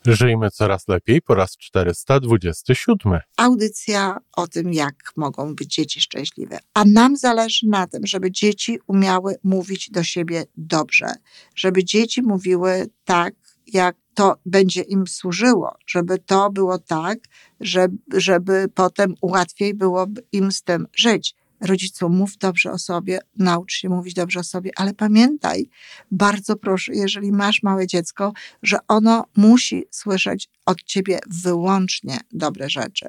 Żyjmy coraz lepiej po raz 427. Audycja o tym, jak mogą być dzieci szczęśliwe. A nam zależy na tym, żeby dzieci umiały mówić do siebie dobrze. Żeby dzieci mówiły tak, jak to będzie im służyło. Żeby to było tak, żeby potem łatwiej było im z tym żyć. Rodzicu, mów dobrze o sobie, naucz się mówić dobrze o sobie, ale pamiętaj, bardzo proszę, jeżeli masz małe dziecko, że ono musi słyszeć od ciebie wyłącznie dobre rzeczy.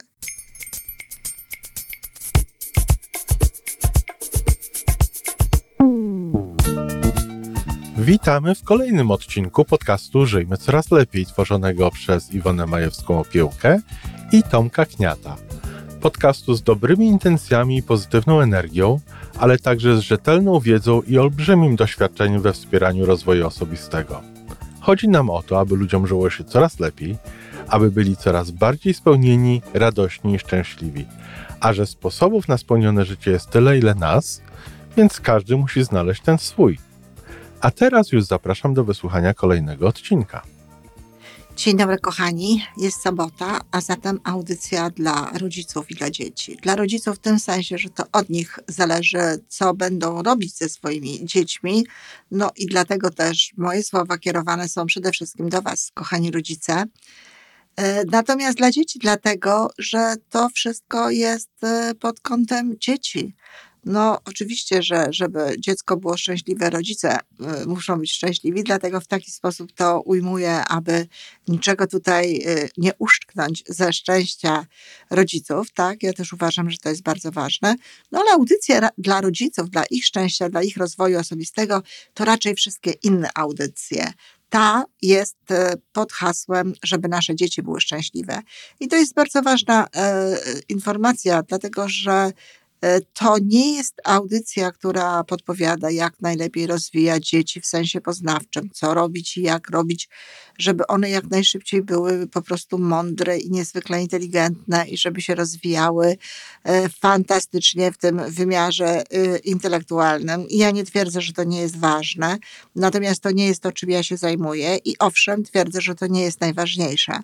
Witamy w kolejnym odcinku podcastu Żyjmy Coraz Lepiej, tworzonego przez Iwonę Majewską-Opiełkę i Tomka Kniata. Podcastu z dobrymi intencjami i pozytywną energią, ale także z rzetelną wiedzą i olbrzymim doświadczeniem we wspieraniu rozwoju osobistego. Chodzi nam o to, aby ludziom żyło się coraz lepiej, aby byli coraz bardziej spełnieni, radośni i szczęśliwi. A że sposobów na spełnione życie jest tyle, ile nas, więc każdy musi znaleźć ten swój. A teraz już zapraszam do wysłuchania kolejnego odcinka. Dzień dobry kochani, jest sobota, a zatem audycja dla rodziców i dla dzieci. Dla rodziców w tym sensie, że to od nich zależy, co będą robić ze swoimi dziećmi. No i dlatego też moje słowa kierowane są przede wszystkim do was, kochani rodzice. Natomiast dla dzieci dlatego, że to wszystko jest pod kątem dzieci. No oczywiście, że żeby dziecko było szczęśliwe, rodzice muszą być szczęśliwi, dlatego w taki sposób to ujmuję, aby niczego tutaj nie uszczknąć ze szczęścia rodziców, tak? Ja też uważam, że to jest bardzo ważne. No ale audycje dla rodziców, dla ich szczęścia, dla ich rozwoju osobistego, to raczej wszystkie inne audycje. Ta jest pod hasłem, żeby nasze dzieci były szczęśliwe. I to jest bardzo ważna informacja, dlatego że to nie jest audycja, która podpowiada, jak najlepiej rozwijać dzieci w sensie poznawczym, co robić i jak robić, żeby one jak najszybciej były po prostu mądre i niezwykle inteligentne i żeby się rozwijały fantastycznie w tym wymiarze intelektualnym. I ja nie twierdzę, że to nie jest ważne, natomiast to nie jest to, czym ja się zajmuję i owszem, twierdzę, że to nie jest najważniejsze.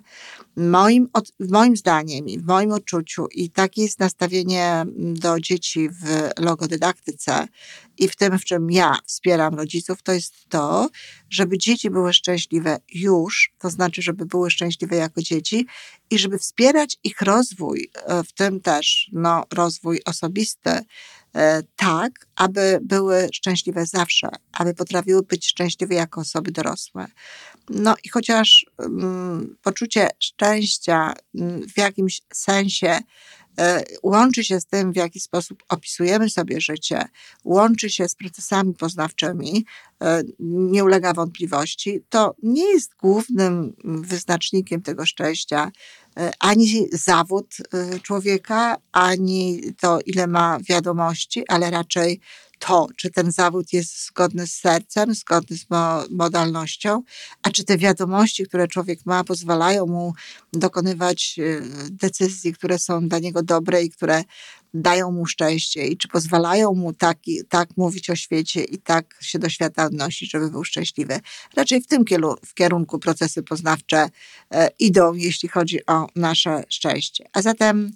Moim zdaniem i w moim odczuciu i takie jest nastawienie do dzieci w logodydaktyce i w tym, w czym ja wspieram rodziców, to jest to, żeby dzieci były szczęśliwe już, to znaczy, żeby były szczęśliwe jako dzieci i żeby wspierać ich rozwój, w tym też rozwój osobisty, tak, aby były szczęśliwe zawsze, aby potrafiły być szczęśliwe jako osoby dorosłe. No i chociaż poczucie szczęścia w jakimś sensie łączy się z tym, w jaki sposób opisujemy sobie życie, łączy się z procesami poznawczymi, nie ulega wątpliwości, to nie jest głównym wyznacznikiem tego szczęścia ani zawód człowieka, ani to, ile ma wiadomości, ale raczej to, czy ten zawód jest zgodny z sercem, zgodny z modalnością, a czy te wiadomości, które człowiek ma, pozwalają mu dokonywać decyzji, które są dla niego dobre i które dają mu szczęście i czy pozwalają mu tak mówić o świecie i tak się do świata odnosić, żeby był szczęśliwy. Raczej w tym kierunku procesy poznawcze idą, jeśli chodzi o nasze szczęście. A zatem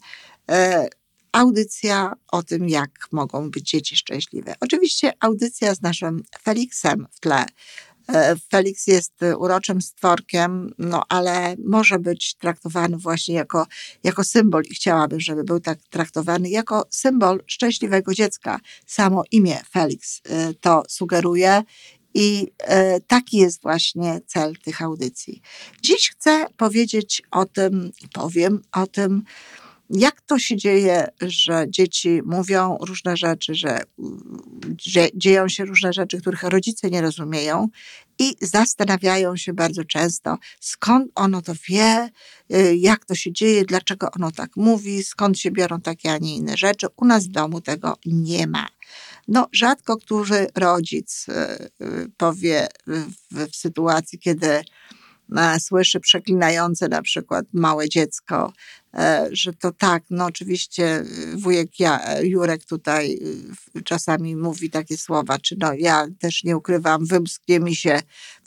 audycja o tym, jak mogą być dzieci szczęśliwe. Oczywiście audycja z naszym Feliksem w tle. Feliks jest uroczym stworkiem, ale może być traktowany właśnie jako symbol i chciałabym, żeby był tak traktowany jako symbol szczęśliwego dziecka. Samo imię Feliks to sugeruje i taki jest właśnie cel tych audycji. Dziś chcę powiedzieć o tym i powiem o tym, jak to się dzieje, że dzieci mówią różne rzeczy, że dzieją się różne rzeczy, których rodzice nie rozumieją i zastanawiają się bardzo często, skąd ono to wie, jak to się dzieje, dlaczego ono tak mówi, skąd się biorą takie, a nie inne rzeczy. U nas w domu tego nie ma. Rzadko który rodzic powie w sytuacji, kiedy słyszy przeklinające na przykład małe dziecko, że to tak, oczywiście wujek Jurek tutaj czasami mówi takie słowa, czy ja też nie ukrywam, wymsknie mi się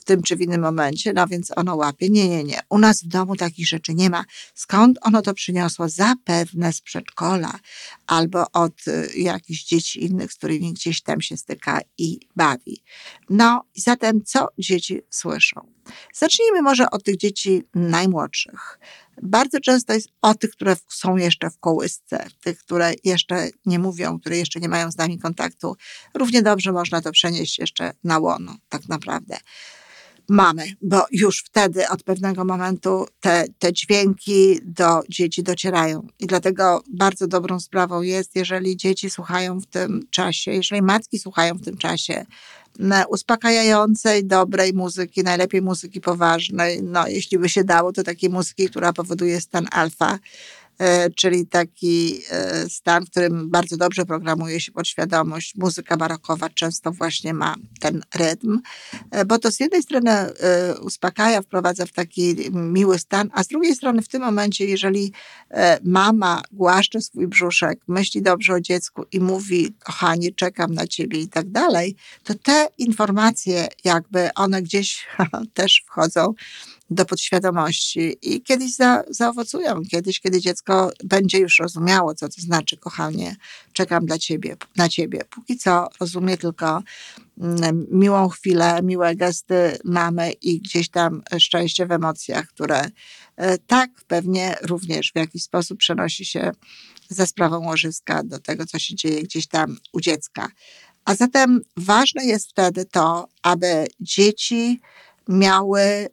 w tym czy w innym momencie, no więc ono łapie. Nie. U nas w domu takich rzeczy nie ma. Skąd ono to przyniosło? Zapewne z przedszkola albo od jakichś dzieci innych, z którymi gdzieś tam się styka i bawi. No i zatem co dzieci słyszą? Zacznijmy może od tych dzieci najmłodszych. Bardzo często jest o tych, które są jeszcze w kołysce, tych, które jeszcze nie mówią, które jeszcze nie mają z nami kontaktu. Równie dobrze można to przenieść jeszcze na łono, tak naprawdę. Mamy, bo już wtedy od pewnego momentu te dźwięki do dzieci docierają. I dlatego bardzo dobrą sprawą jest, jeżeli dzieci słuchają w tym czasie, jeżeli matki słuchają w tym czasie uspokajającej, dobrej muzyki, najlepiej muzyki poważnej. No, jeśli by się dało, to takiej muzyki, która powoduje stan alfa, czyli taki stan, w którym bardzo dobrze programuje się podświadomość. Muzyka barokowa często właśnie ma ten rytm, bo to z jednej strony uspokaja, wprowadza w taki miły stan, a z drugiej strony w tym momencie, jeżeli mama głaszcze swój brzuszek, myśli dobrze o dziecku i mówi: kochanie, czekam na ciebie i tak dalej, to te informacje jakby one gdzieś też wchodzą do podświadomości i kiedyś zaowocują. Kiedyś, kiedy dziecko będzie już rozumiało, co to znaczy: kochanie, czekam na ciebie. Póki co rozumie tylko miłą chwilę, miłe gesty mamy i gdzieś tam szczęście w emocjach, które tak pewnie również w jakiś sposób przenosi się za sprawą łożyska do tego, co się dzieje gdzieś tam u dziecka. A zatem ważne jest wtedy to, aby dzieci miały,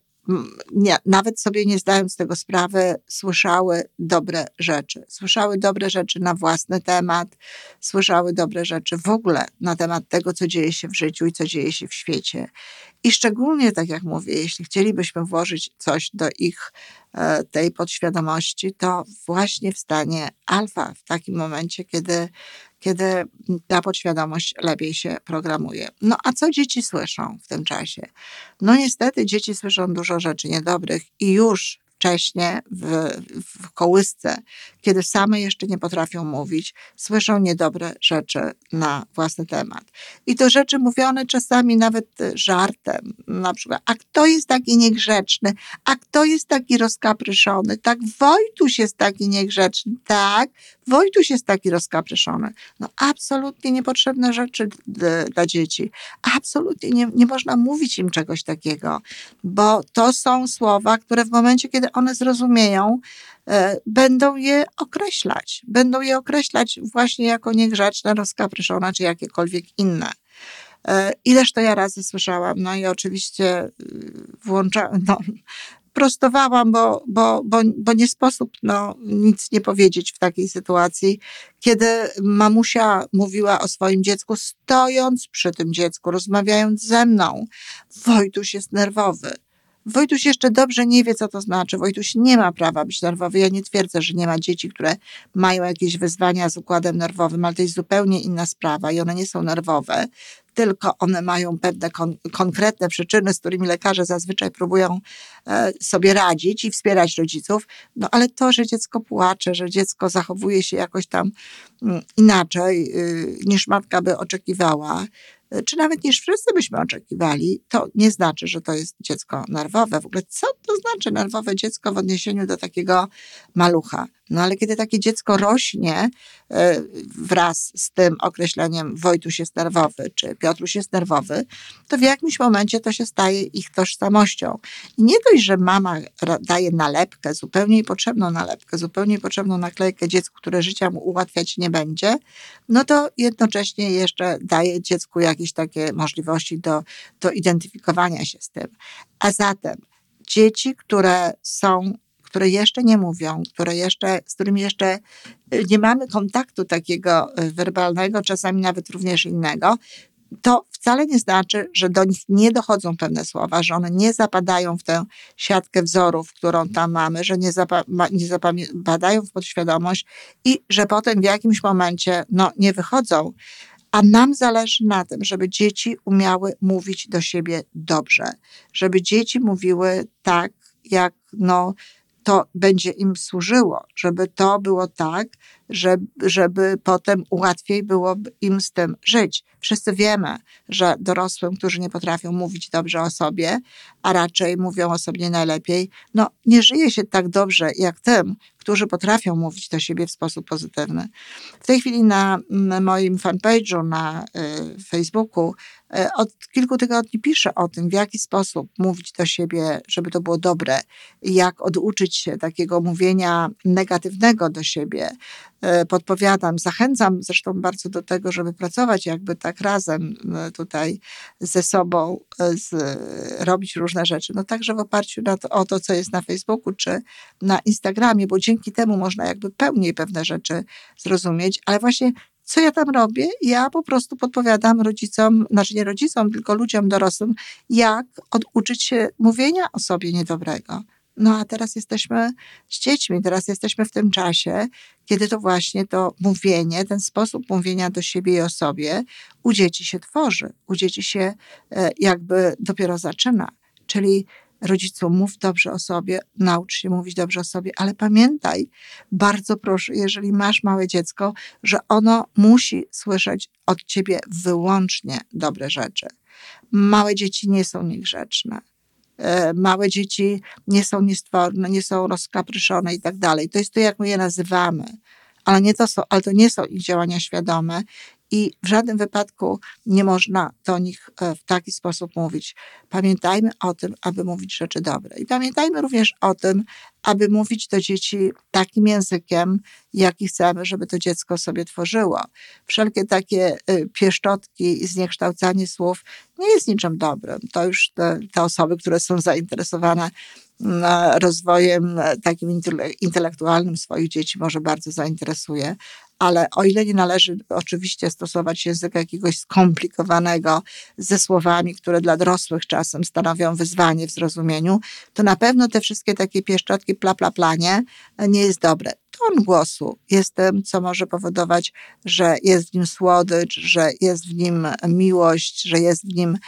nawet sobie nie zdając tego sprawy, słyszały dobre rzeczy. Słyszały dobre rzeczy na własny temat, słyszały dobre rzeczy w ogóle na temat tego, co dzieje się w życiu i co dzieje się w świecie. I szczególnie, tak jak mówię, jeśli chcielibyśmy włożyć coś do ich tej podświadomości, to właśnie w stanie alfa, w takim momencie, kiedy ta podświadomość lepiej się programuje. No a co dzieci słyszą w tym czasie? No niestety dzieci słyszą dużo rzeczy niedobrych i już wcześnie w kołysce, kiedy same jeszcze nie potrafią mówić, słyszą niedobre rzeczy na własny temat. I to rzeczy mówione czasami nawet żartem. Na przykład: a kto jest taki niegrzeczny? A kto jest taki rozkapryszony? Tak, Wojtuś jest taki niegrzeczny. Tak, Wojtuś jest taki rozkapryszony. No absolutnie niepotrzebne rzeczy dla dzieci. Absolutnie nie można mówić im czegoś takiego, bo to są słowa, które w momencie, kiedy one zrozumieją, będą je określać. Będą je określać właśnie jako niegrzeczne, rozkapryszone, czy jakiekolwiek inne. Ileż to ja razy słyszałam, no i oczywiście prostowałam, bo nie sposób nic nie powiedzieć w takiej sytuacji, kiedy mamusia mówiła o swoim dziecku, stojąc przy tym dziecku, rozmawiając ze mną: Wojtuś jest nerwowy. Wojtuś jeszcze dobrze nie wie, co to znaczy. Wojtuś nie ma prawa być nerwowy. Ja nie twierdzę, że nie ma dzieci, które mają jakieś wyzwania z układem nerwowym, ale to jest zupełnie inna sprawa i one nie są nerwowe, tylko one mają pewne konkretne przyczyny, z którymi lekarze zazwyczaj próbują sobie radzić i wspierać rodziców. No ale to, że dziecko płacze, że dziecko zachowuje się jakoś tam inaczej niż matka by oczekiwała, czy nawet niż wszyscy byśmy oczekiwali, to nie znaczy, że to jest dziecko nerwowe. W ogóle co to znaczy nerwowe dziecko w odniesieniu do takiego malucha? No ale kiedy takie dziecko rośnie wraz z tym określeniem Wojtuś jest nerwowy, czy Piotruś jest nerwowy, to w jakimś momencie to się staje ich tożsamością. I nie dość, że mama daje nalepkę, zupełnie niepotrzebną nalepkę, zupełnie niepotrzebną naklejkę dziecku, które życia mu ułatwiać nie będzie, no to jednocześnie jeszcze daje dziecku jakieś takie możliwości do identyfikowania się z tym. A zatem dzieci, które jeszcze nie mówią, z którymi jeszcze nie mamy kontaktu takiego werbalnego, czasami nawet również innego, to wcale nie znaczy, że do nich nie dochodzą pewne słowa, że one nie zapadają w tę siatkę wzorów, którą tam mamy, że nie zapadają w podświadomość i że potem w jakimś momencie nie wychodzą. A nam zależy na tym, żeby dzieci umiały mówić do siebie dobrze, żeby dzieci mówiły tak, jak to będzie im służyło, żeby to było tak, żeby potem łatwiej było im z tym żyć. Wszyscy wiemy, że dorosłym, którzy nie potrafią mówić dobrze o sobie, a raczej mówią o sobie nie najlepiej, no nie żyje się tak dobrze jak tym, którzy potrafią mówić do siebie w sposób pozytywny. W tej chwili na moim fanpage'u na Facebooku od kilku tygodni piszę o tym, w jaki sposób mówić do siebie, żeby to było dobre, jak oduczyć się takiego mówienia negatywnego do siebie. Podpowiadam, zachęcam zresztą bardzo do tego, żeby pracować jakby tak razem tutaj ze sobą, robić różne rzeczy. No także w oparciu o to, co jest na Facebooku czy na Instagramie, bo dzięki temu można jakby pełniej pewne rzeczy zrozumieć, ale właśnie co ja tam robię? Ja po prostu podpowiadam rodzicom, znaczy nie rodzicom, tylko ludziom dorosłym, jak oduczyć się mówienia o sobie niedobrego. No a teraz jesteśmy z dziećmi, teraz jesteśmy w tym czasie, kiedy to właśnie to mówienie, ten sposób mówienia do siebie i o sobie u dzieci się tworzy, u dzieci się jakby dopiero zaczyna. Czyli rodzicu, mów dobrze o sobie, naucz się mówić dobrze o sobie, ale pamiętaj, bardzo proszę, jeżeli masz małe dziecko, że ono musi słyszeć od ciebie wyłącznie dobre rzeczy. Małe dzieci nie są niegrzeczne. Małe dzieci nie są niestworne, nie są rozkapryszone i tak dalej. To jest to, jak my je nazywamy, ale to nie są ich działania świadome i w żadnym wypadku nie można do nich w taki sposób mówić. Pamiętajmy o tym, aby mówić rzeczy dobre. I pamiętajmy również o tym, aby mówić do dzieci takim językiem, jaki chcemy, żeby to dziecko sobie tworzyło. Wszelkie takie pieszczotki i zniekształcanie słów nie jest niczym dobrym. To już te osoby, które są zainteresowane rozwojem takim intelektualnym swoich dzieci może bardzo zainteresuje, ale o ile nie należy oczywiście stosować języka jakiegoś skomplikowanego ze słowami, które dla dorosłych czasem stanowią wyzwanie w zrozumieniu, to na pewno te wszystkie takie pieszczotki planie nie jest dobre. Ton głosu jest tym, co może powodować, że jest w nim słodycz, że jest w nim miłość, że jest w nim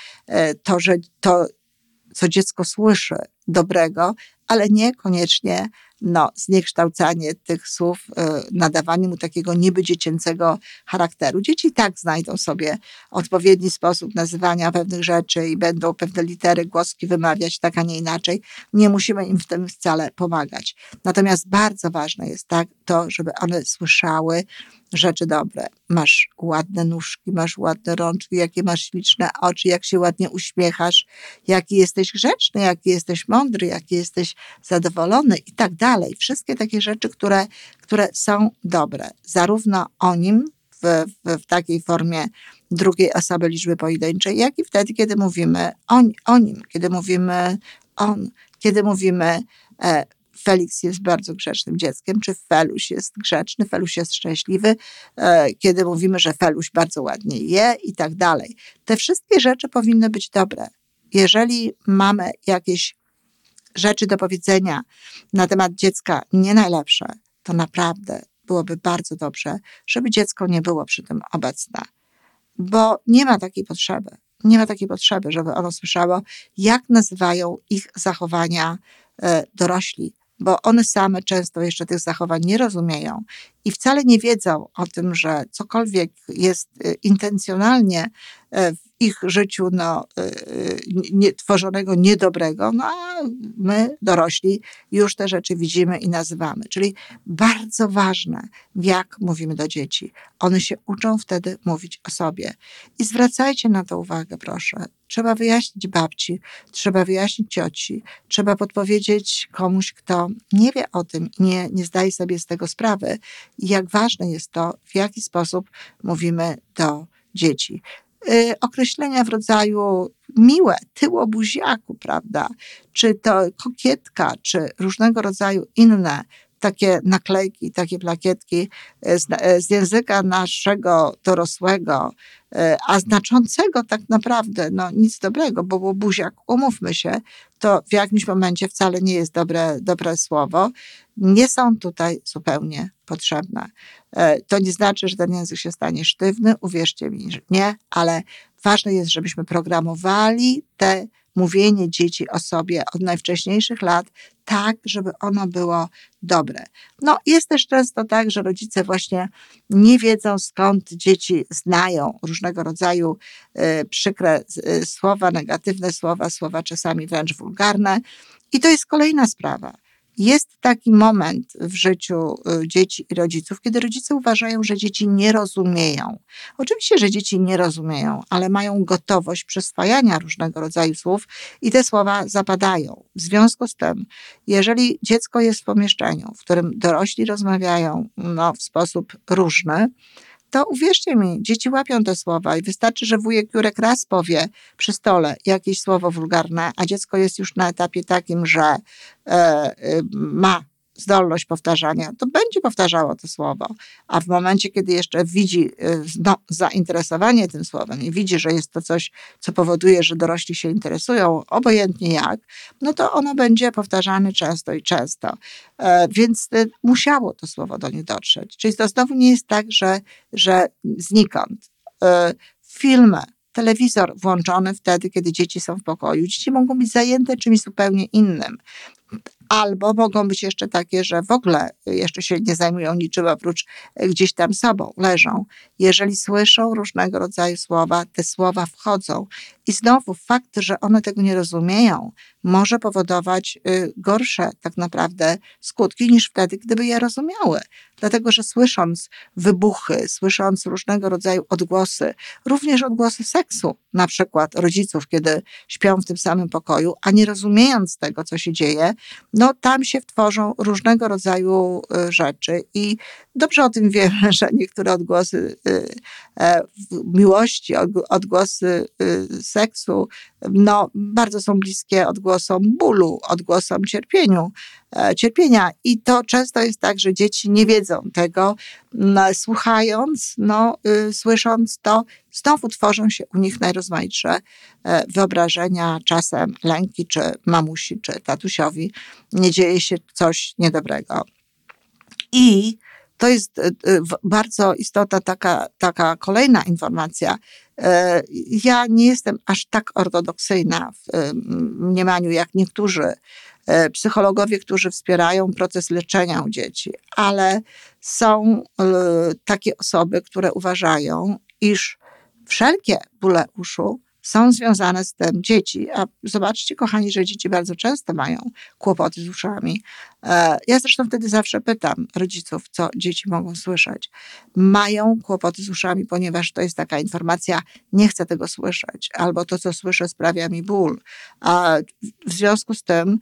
to, co dziecko słyszy dobrego, ale niekoniecznie zniekształcanie tych słów, nadawanie mu takiego niby dziecięcego charakteru. Dzieci i tak znajdą sobie odpowiedni sposób nazywania pewnych rzeczy i będą pewne litery, głoski wymawiać tak, a nie inaczej. Nie musimy im w tym wcale pomagać. Natomiast bardzo ważne jest to, żeby one słyszały rzeczy dobre. Masz ładne nóżki, masz ładne rączki, jakie masz śliczne oczy, jak się ładnie uśmiechasz, jaki jesteś grzeczny, jaki jesteś mądry, jaki jesteś zadowolony i tak dalej. Wszystkie takie rzeczy, które są dobre. Zarówno o nim w takiej formie drugiej osoby liczby pojedynczej, jak i wtedy, kiedy mówimy o nim, kiedy mówimy on, kiedy mówimy Felix jest bardzo grzecznym dzieckiem, czy Feluś jest grzeczny, Feluś jest szczęśliwy, kiedy mówimy, że Feluś bardzo ładnie je i tak dalej. Te wszystkie rzeczy powinny być dobre. Jeżeli mamy jakieś rzeczy do powiedzenia na temat dziecka nie najlepsze, to naprawdę byłoby bardzo dobrze, żeby dziecko nie było przy tym obecne. Bo nie ma takiej potrzeby. Nie ma takiej potrzeby, żeby ono słyszało, jak nazywają ich zachowania dorośli, bo one same często jeszcze tych zachowań nie rozumieją i wcale nie wiedzą o tym, że cokolwiek jest intencjonalnie w ich życiu tworzonego niedobrego, a my, dorośli, już te rzeczy widzimy i nazywamy. Czyli bardzo ważne, jak mówimy do dzieci. One się uczą wtedy mówić o sobie. I zwracajcie na to uwagę, proszę. Trzeba wyjaśnić babci, trzeba wyjaśnić cioci, trzeba podpowiedzieć komuś, kto nie wie o tym i nie zdaje sobie z tego sprawy, jak ważne jest to, w jaki sposób mówimy do dzieci. Określenia w rodzaju miłe, tyłobuziaku, prawda, czy to kokietka, czy różnego rodzaju inne takie naklejki, takie plakietki z języka naszego dorosłego, a znaczącego tak naprawdę nic dobrego, bo buziak, umówmy się, to w jakimś momencie wcale nie jest dobre słowo, nie są tutaj zupełnie potrzebne. To nie znaczy, że ten język się stanie sztywny, uwierzcie mi, że nie, ale ważne jest, żebyśmy programowali te mówienie dzieci o sobie od najwcześniejszych lat, tak, żeby ono było dobre. No, jest też często tak, że rodzice właśnie nie wiedzą, skąd dzieci znają różnego rodzaju przykre słowa, negatywne słowa czasami wręcz wulgarne. I to jest kolejna sprawa. Jest taki moment w życiu dzieci i rodziców, kiedy rodzice uważają, że dzieci nie rozumieją. Oczywiście, że dzieci nie rozumieją, ale mają gotowość przyswajania różnego rodzaju słów i te słowa zapadają. W związku z tym, jeżeli dziecko jest w pomieszczeniu, w którym dorośli rozmawiają w sposób różny, to uwierzcie mi, dzieci łapią te słowa i wystarczy, że wujek Jurek raz powie przy stole jakieś słowo wulgarne, a dziecko jest już na etapie takim, że ma zdolność powtarzania, to będzie powtarzało to słowo. A w momencie, kiedy jeszcze widzi zainteresowanie tym słowem i widzi, że jest to coś, co powoduje, że dorośli się interesują, obojętnie jak, no to ono będzie powtarzane często i często. Więc musiało to słowo do nich dotrzeć. Czyli to znowu nie jest tak, że znikąd. Filmy, telewizor włączony wtedy, kiedy dzieci są w pokoju. Dzieci mogą być zajęte czymś zupełnie innym. Albo mogą być jeszcze takie, że w ogóle jeszcze się nie zajmują niczym oprócz gdzieś tam sobą, leżą. Jeżeli słyszą różnego rodzaju słowa, te słowa wchodzą. I znowu fakt, że one tego nie rozumieją, może powodować gorsze tak naprawdę skutki niż wtedy, gdyby je rozumiały. Dlatego, że słysząc wybuchy, słysząc różnego rodzaju odgłosy, również odgłosy seksu, na przykład rodziców, kiedy śpią w tym samym pokoju, a nie rozumiejąc tego, co się dzieje, no tam się tworzą różnego rodzaju rzeczy i dobrze o tym wiemy, że niektóre odgłosy miłości, odgłosy seksu, no bardzo są bliskie odgłosom bólu, odgłosom cierpienia i to często jest tak, że dzieci nie wiedzą tego, słuchając, słysząc to, znowu tworzą się u nich najrozmaitsze wyobrażenia, czasem lęki, czy mamusi, czy tatusiowi nie dzieje się coś niedobrego. I to jest bardzo istotna taka kolejna informacja. Ja nie jestem aż tak ortodoksyjna w mniemaniu, jak niektórzy psychologowie, którzy wspierają proces leczenia u dzieci, ale są takie osoby, które uważają, iż wszelkie bóle uszu są związane z tym dzieci. A zobaczcie, kochani, że dzieci bardzo często mają kłopoty z uszami. Ja zresztą wtedy zawsze pytam rodziców, co dzieci mogą słyszeć. Mają kłopoty z uszami, ponieważ to jest taka informacja, nie chcę tego słyszeć, albo to, co słyszę, sprawia mi ból. A w związku z tym,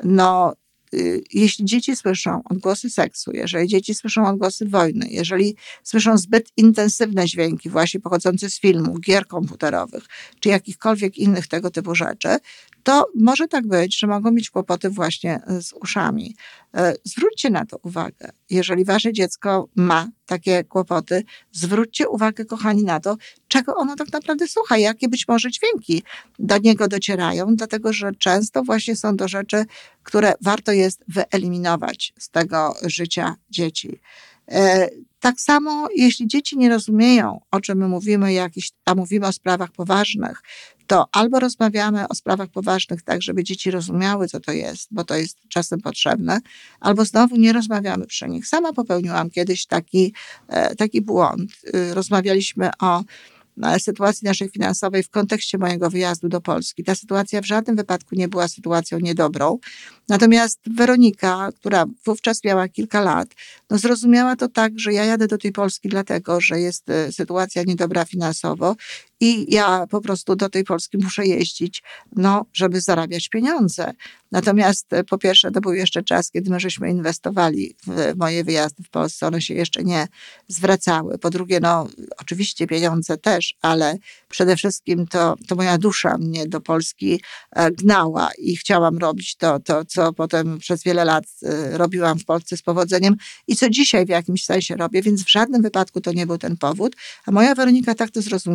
jeśli dzieci słyszą odgłosy seksu, jeżeli dzieci słyszą odgłosy wojny, jeżeli słyszą zbyt intensywne dźwięki właśnie pochodzące z filmu, gier komputerowych, czy jakichkolwiek innych tego typu rzeczy, to może tak być, że mogą mieć kłopoty właśnie z uszami. Zwróćcie na to uwagę. Jeżeli wasze dziecko ma takie kłopoty, zwróćcie uwagę, kochani, na to, czego ono tak naprawdę słucha, jakie być może dźwięki do niego docierają, dlatego że często właśnie są to rzeczy, które warto jest wyeliminować z tego życia dzieci. Tak samo, jeśli dzieci nie rozumieją, o czym my mówimy, a mówimy o sprawach poważnych, to albo rozmawiamy o sprawach poważnych tak, żeby dzieci rozumiały, co to jest, bo to jest czasem potrzebne, albo znowu nie rozmawiamy przy nich. Sama popełniłam kiedyś taki błąd. Rozmawialiśmy o sytuacji naszej finansowej w kontekście mojego wyjazdu do Polski. Ta sytuacja w żadnym wypadku nie była sytuacją niedobrą. Natomiast Weronika, która wówczas miała kilka lat, zrozumiała to tak, że ja jadę do tej Polski dlatego, że jest sytuacja niedobra finansowo i ja po prostu do tej Polski muszę jeździć, żeby zarabiać pieniądze. Natomiast po pierwsze, to był jeszcze czas, kiedy my żeśmy inwestowali w moje wyjazdy w Polsce, one się jeszcze nie zwracały. Po drugie, oczywiście pieniądze też, ale przede wszystkim to moja dusza mnie do Polski gnała i chciałam robić to, co potem przez wiele lat robiłam w Polsce z powodzeniem i co dzisiaj w jakimś sensie robię, więc w żadnym wypadku to nie był ten powód. A moja Weronika tak to zrozumiała i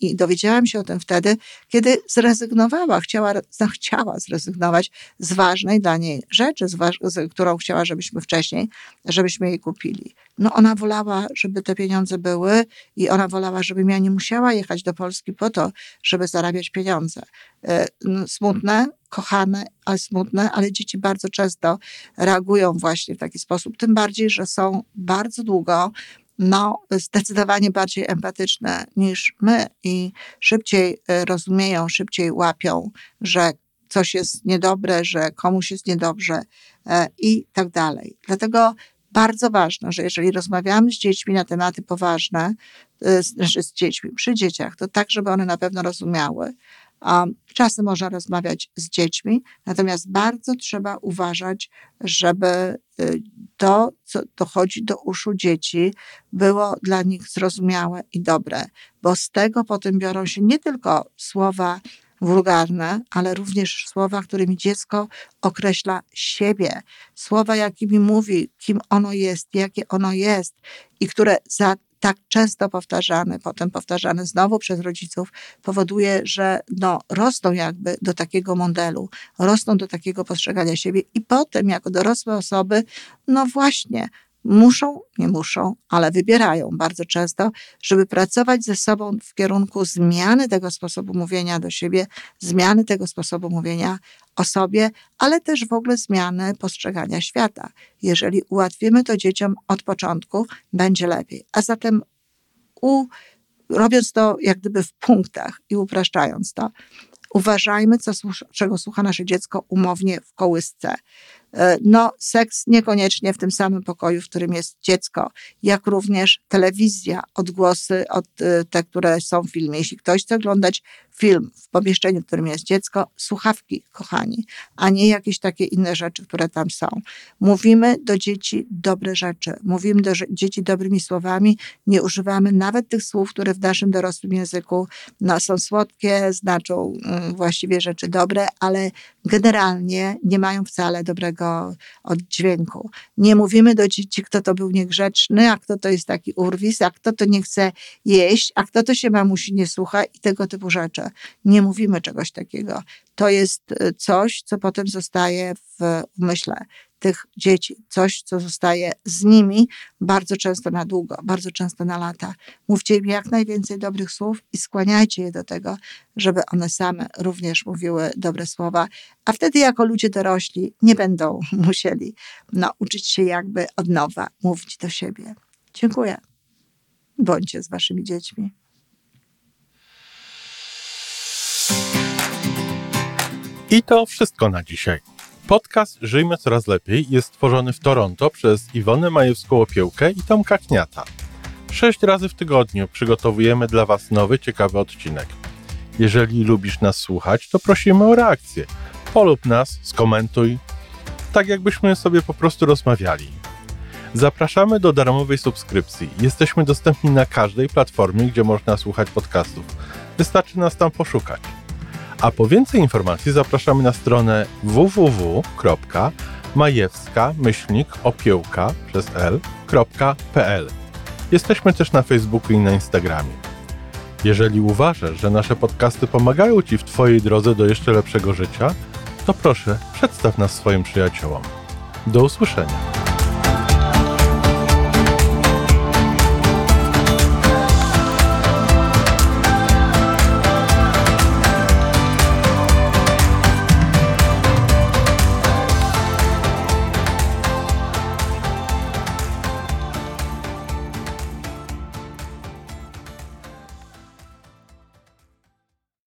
i dowiedziałam się o tym wtedy, kiedy zrezygnowała, chciała zrezygnować z ważnej dla niej rzeczy, którą chciała, żebyśmy jej kupili. No ona wolała, żeby te pieniądze były i ona wolała, żebym ja nie musiała jechać do Polski po to, żeby zarabiać pieniądze. Smutne, kochane, ale smutne, ale dzieci bardzo często reagują właśnie w taki sposób, tym bardziej, że są bardzo długo zdecydowanie bardziej empatyczne niż my i szybciej rozumieją, szybciej łapią, że coś jest niedobre, że komuś jest niedobrze i tak dalej. Dlatego bardzo ważne, że jeżeli rozmawiamy z dziećmi na tematy poważne, z dziećmi, przy dzieciach, to tak, żeby one na pewno rozumiały. Czasem można rozmawiać z dziećmi, natomiast bardzo trzeba uważać, żeby to, co dochodzi do uszu dzieci, było dla nich zrozumiałe i dobre, bo z tego potem biorą się nie tylko słowa wulgarne, ale również słowa, którymi dziecko określa siebie, słowa, jakimi mówi, kim ono jest, jakie ono jest i które tak często potem powtarzane znowu przez rodziców, powoduje, że rosną jakby do takiego modelu, rosną do takiego postrzegania siebie i potem jako dorosłe osoby, właśnie, nie muszą, ale wybierają bardzo często, żeby pracować ze sobą w kierunku zmiany tego sposobu mówienia do siebie, zmiany tego sposobu mówienia o sobie, ale też w ogóle zmiany postrzegania świata. Jeżeli ułatwimy to dzieciom od początku, będzie lepiej. A zatem robiąc to jak gdyby w punktach i upraszczając to, uważajmy, czego słucha nasze dziecko umownie w kołysce. Seks niekoniecznie w tym samym pokoju, w którym jest dziecko, jak również telewizja, odgłosy te, które są w filmie. Jeśli ktoś chce oglądać film w pomieszczeniu, w którym jest dziecko, słuchawki, kochani, a nie jakieś takie inne rzeczy, które tam są. Mówimy do dzieci dobre rzeczy, mówimy do dzieci dobrymi słowami, nie używamy nawet tych słów, które w naszym dorosłym języku są słodkie, znaczą właściwie rzeczy dobre, ale generalnie nie mają wcale dobrego oddźwięku. Nie mówimy do dzieci, kto to był niegrzeczny, a kto to jest taki urwis, a kto to nie chce jeść, a kto to się mamusi nie słucha i tego typu rzeczy. Nie mówimy czegoś takiego. To jest coś, co potem zostaje w umyśle tych dzieci. Coś, co zostaje z nimi bardzo często na długo, bardzo często na lata. Mówcie im jak najwięcej dobrych słów i skłaniajcie je do tego, żeby one same również mówiły dobre słowa, a wtedy jako ludzie dorośli nie będą musieli uczyć się jakby od nowa mówić do siebie. Dziękuję. Bądźcie z waszymi dziećmi. I to wszystko na dzisiaj. Podcast Żyjmy Coraz Lepiej jest stworzony w Toronto przez Iwonę Majewską-Opiełkę i Tomka Kniata. 6 razy w tygodniu przygotowujemy dla Was nowy, ciekawy odcinek. Jeżeli lubisz nas słuchać, to prosimy o reakcję. Polub nas, skomentuj, tak jakbyśmy sobie po prostu rozmawiali. Zapraszamy do darmowej subskrypcji. Jesteśmy dostępni na każdej platformie, gdzie można słuchać podcastów. Wystarczy nas tam poszukać. A po więcej informacji zapraszamy na stronę www.majewska-opiełka.pl. Jesteśmy też na Facebooku i na Instagramie. Jeżeli uważasz, że nasze podcasty pomagają Ci w Twojej drodze do jeszcze lepszego życia, to proszę, przedstaw nas swoim przyjaciołom. Do usłyszenia.